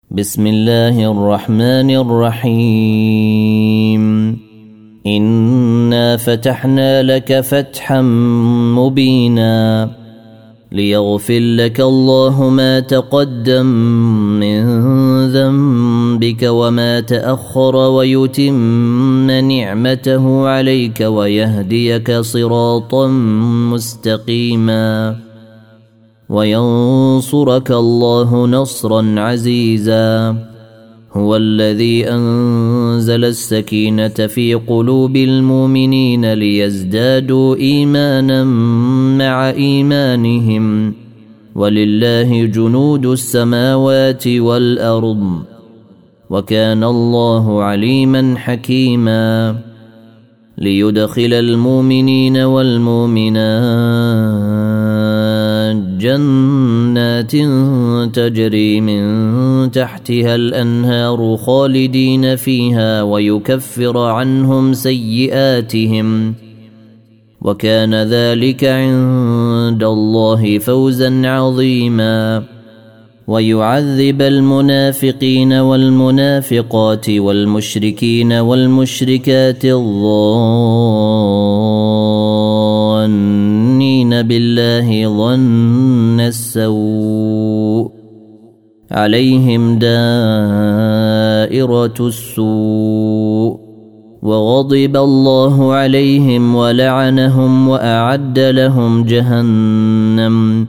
بسم الله الرحمن الرحيم. إنا فتحنا لك فتحا مبينا ليغفر لك الله ما تقدم من ذنبك وما تأخر ويتم نعمته عليك ويهديك صراطا مستقيما وينصرك الله نصرا عزيزا. هو الذي أنزل السكينة في قلوب المؤمنين ليزدادوا إيمانا مع إيمانهم ولله جنود السماوات والأرض وكان الله عليما حكيما. ليدخل المؤمنين والمؤمنات جنات تجري من تحتها الأنهار خالدين فيها ويكفر عنهم سيئاتهم وكان ذلك عند الله فوزا عظيما. ويعذب المنافقين والمنافقات والمشركين والمشركات الظانين بالله ظن السوء عليهم دائرة السوء وغضب الله عليهم ولعنهم وأعد لهم جهنم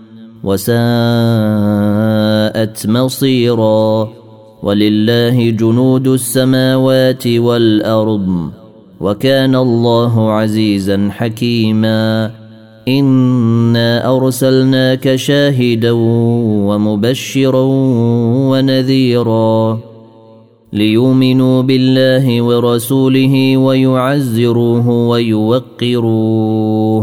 وساءت مصيرا. ولله جنود السماوات والأرض وكان الله عزيزا حكيما. إنا أرسلناك شاهدا ومبشرا ونذيرا ليؤمنوا بالله ورسوله ويعزروه ويوقروه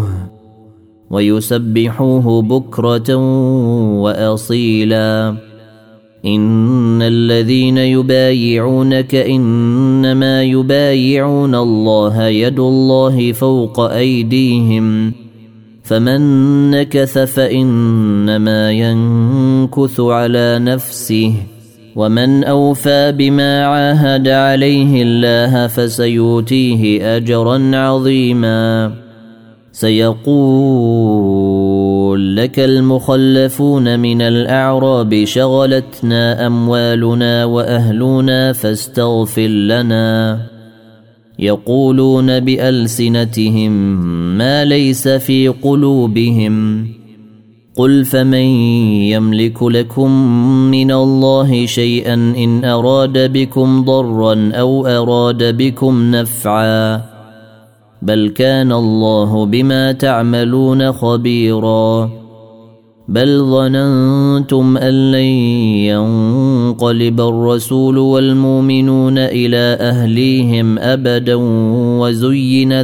ويسبحوه بكرة وأصيلا. إن الذين يبايعونك إنما يبايعون الله يد الله فوق أيديهم فمن نكث فإنما ينكث على نفسه ومن أوفى بما عاهد عليه الله فسيؤتيه أجرا عظيما. سيقول لك المخلفون من الأعراب شغلتنا أموالنا وأهلنا فاستغفر لنا يقولون بألسنتهم ما ليس في قلوبهم قل فمن يملك لكم من الله شيئا إن أراد بكم ضرا أو أراد بكم نفعا بل كان الله بما تعملون خبيرا. بل ظننتم أن لن ينقلب الرسول والمؤمنون إلى أهليهم أبدا وزين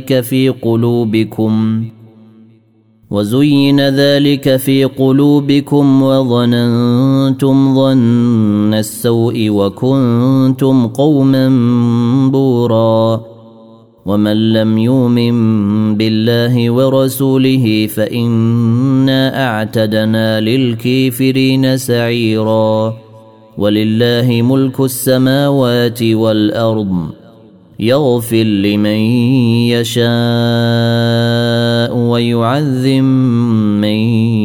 ذلك في قلوبكم وظننتم ظن السوء وكنتم قوما بورا. ومن لم يؤمن بالله ورسوله فإنا أعتدنا للكافرين سعيرا. ولله ملك السماوات والأرض يغفر لمن يشاء ويعذب من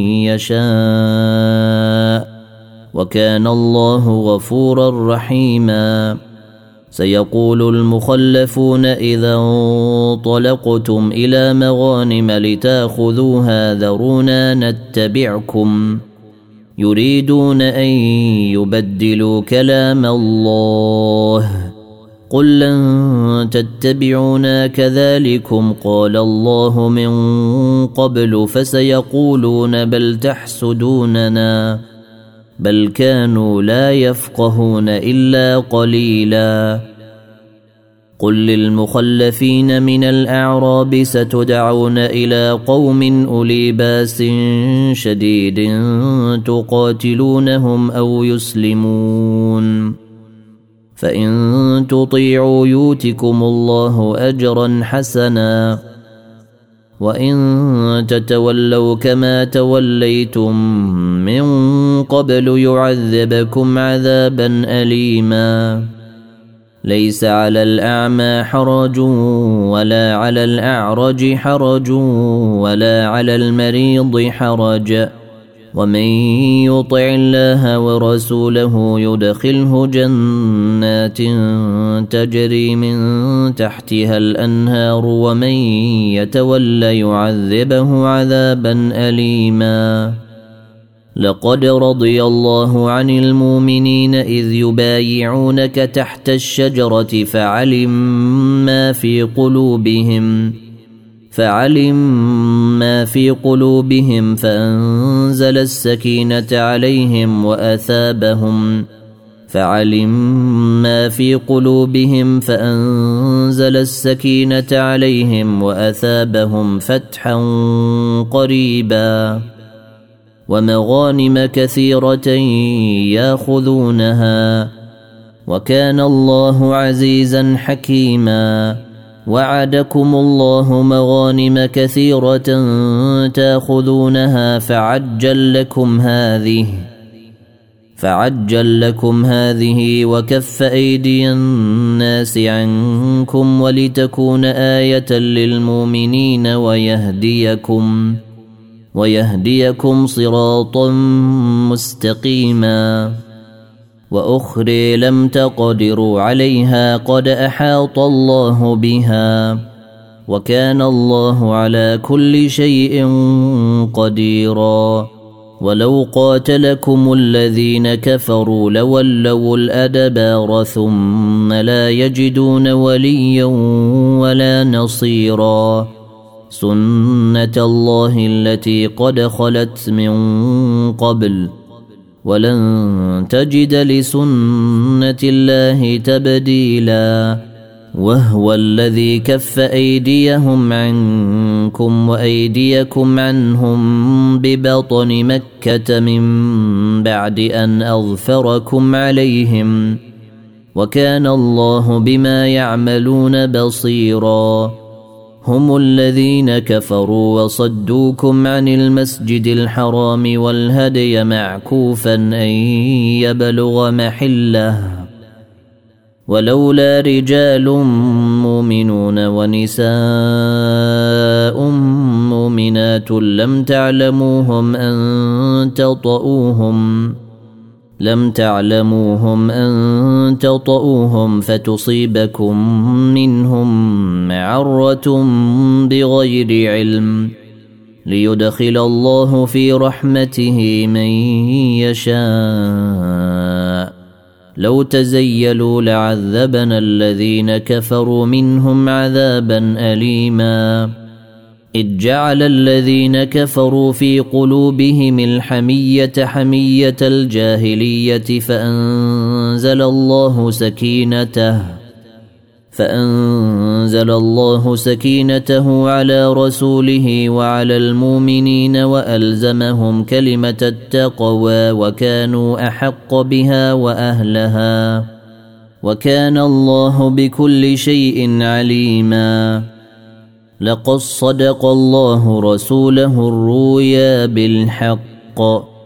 يشاء وكان الله غفورا رحيما. سيقول المخلفون إذا انطلقتم إلى مغانم لتاخذوها ذرونا نتبعكم يريدون أن يبدلوا كلام الله قل لن تتبعونا كذلكم قال الله من قبل فسيقولون بل تحسدوننا بل كانوا لا يفقهون إلا قليلا. قل للمخلفين من الأعراب ستدعون إلى قوم أولي باس شديد تقاتلونهم أو يسلمون فإن تطيعوا يؤتكم الله أجرا حسنا وإن تتولوا كما توليتم من قبل يعذبكم عذابا أليما ليس على الأعمى حرج ولا على الأعرج حرج ولا على المريض حرج ومن يطع الله ورسوله يدخله جنات تجري من تحتها الأنهار ومن يتولى يعذبه عذابا أليما لقد رضي الله عن المؤمنين إذ يبايعونك تحت الشجرة فعلم ما في قلوبهم فأنزل السكينة عليهم وأثابهم فتحا قريبا ومغانم كثيرة ياخذونها وكان الله عزيزا حكيما وعدكم الله مغانم كثيرة تاخذونها فعجل لكم هذه وكف أيدي الناس عنكم ولتكون آية للمؤمنين ويهديكم صراطا مستقيما وأخرى لم تقدروا عليها قد أحاط الله بها وكان الله على كل شيء قديرا ولو قاتلكم الذين كفروا لولوا الأدبار ثم لا يجدون وليا ولا نصيرا سنة الله التي قد خلت من قبل ولن تجد لسنة الله تبديلا وهو الذي كف أيديهم عنكم وأيديكم عنهم ببطن مكة من بعد أن أظفركم عليهم وكان الله بما يعملون بصيرا هم الذين كفروا وصدوكم عن المسجد الحرام والهدي معكوفا أن يبلغ محله ولولا رجال مؤمنون ونساء مؤمنات لم تعلموهم أن تطؤوهم فتصيبكم منهم معرة بغير علم ليدخل الله في رحمته من يشاء لو تزيلوا لعذبنا الذين كفروا منهم عذابا أليما إذ جعل الذين كفروا في قلوبهم الحمية حمية الجاهلية فأنزل الله سكينته على رسوله وعلى المؤمنين وألزمهم كلمة التقوى وكانوا أحق بها وأهلها وكان الله بكل شيء عليما لقد صدق الله رسوله الرؤيا بالحق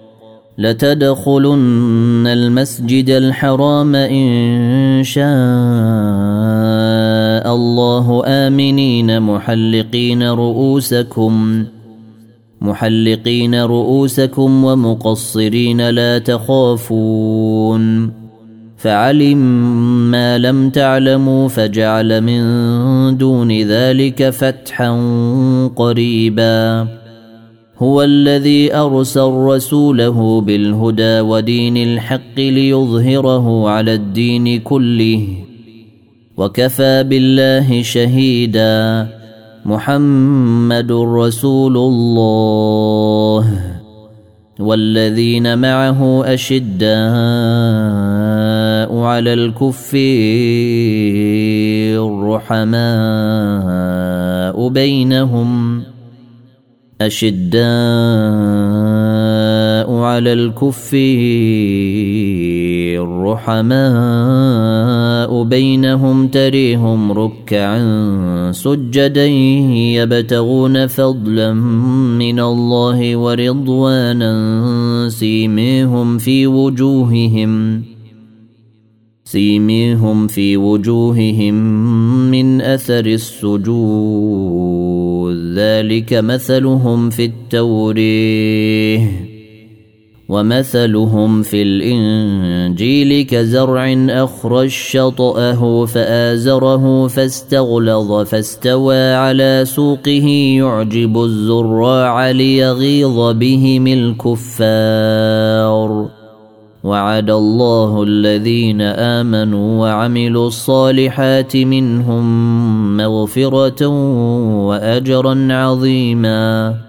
لتدخلن المسجد الحرام إن شاء الله آمنين محلقين رؤوسكم ومقصرين لا تخافون فعلم ما لم تعلموا فجعل من دون ذلك فتحا قريبا هو الذي أرسل رسوله بالهدى ودين الحق ليظهره على الدين كله وكفى بالله شهيدا محمد رسول الله والذين معه أشداء على الكفار رحماء رحماء بينهم تريهم ركعا سجدا يبتغون فضلا من الله ورضوانا سيميهم في وجوههم من أثر السجود ذلك مثلهم في التوريه ومثلهم في الإنجيل كزرع أخرج شطأه فآزره فاستغلظ فاستوى على سوقه يعجب الزراع ليغيظ بهم الكفار وعد الله الذين آمنوا وعملوا الصالحات منهم مغفرة وأجرا عظيما